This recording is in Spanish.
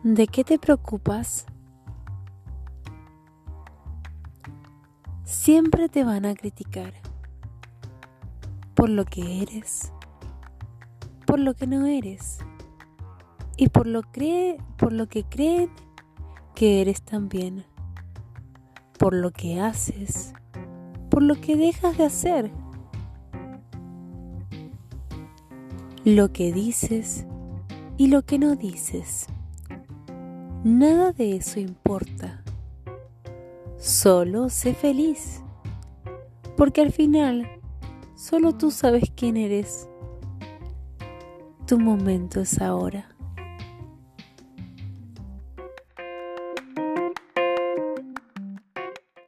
¿De qué te preocupas? Siempre te van a criticar por lo que eres, por lo que no eres y por lo que creen que eres también, por lo que haces, por lo que dejas de hacer, lo que dices y lo que no dices. Nada de eso importa. Solo sé feliz, porque al final solo tú sabes quién eres. Tu momento es ahora.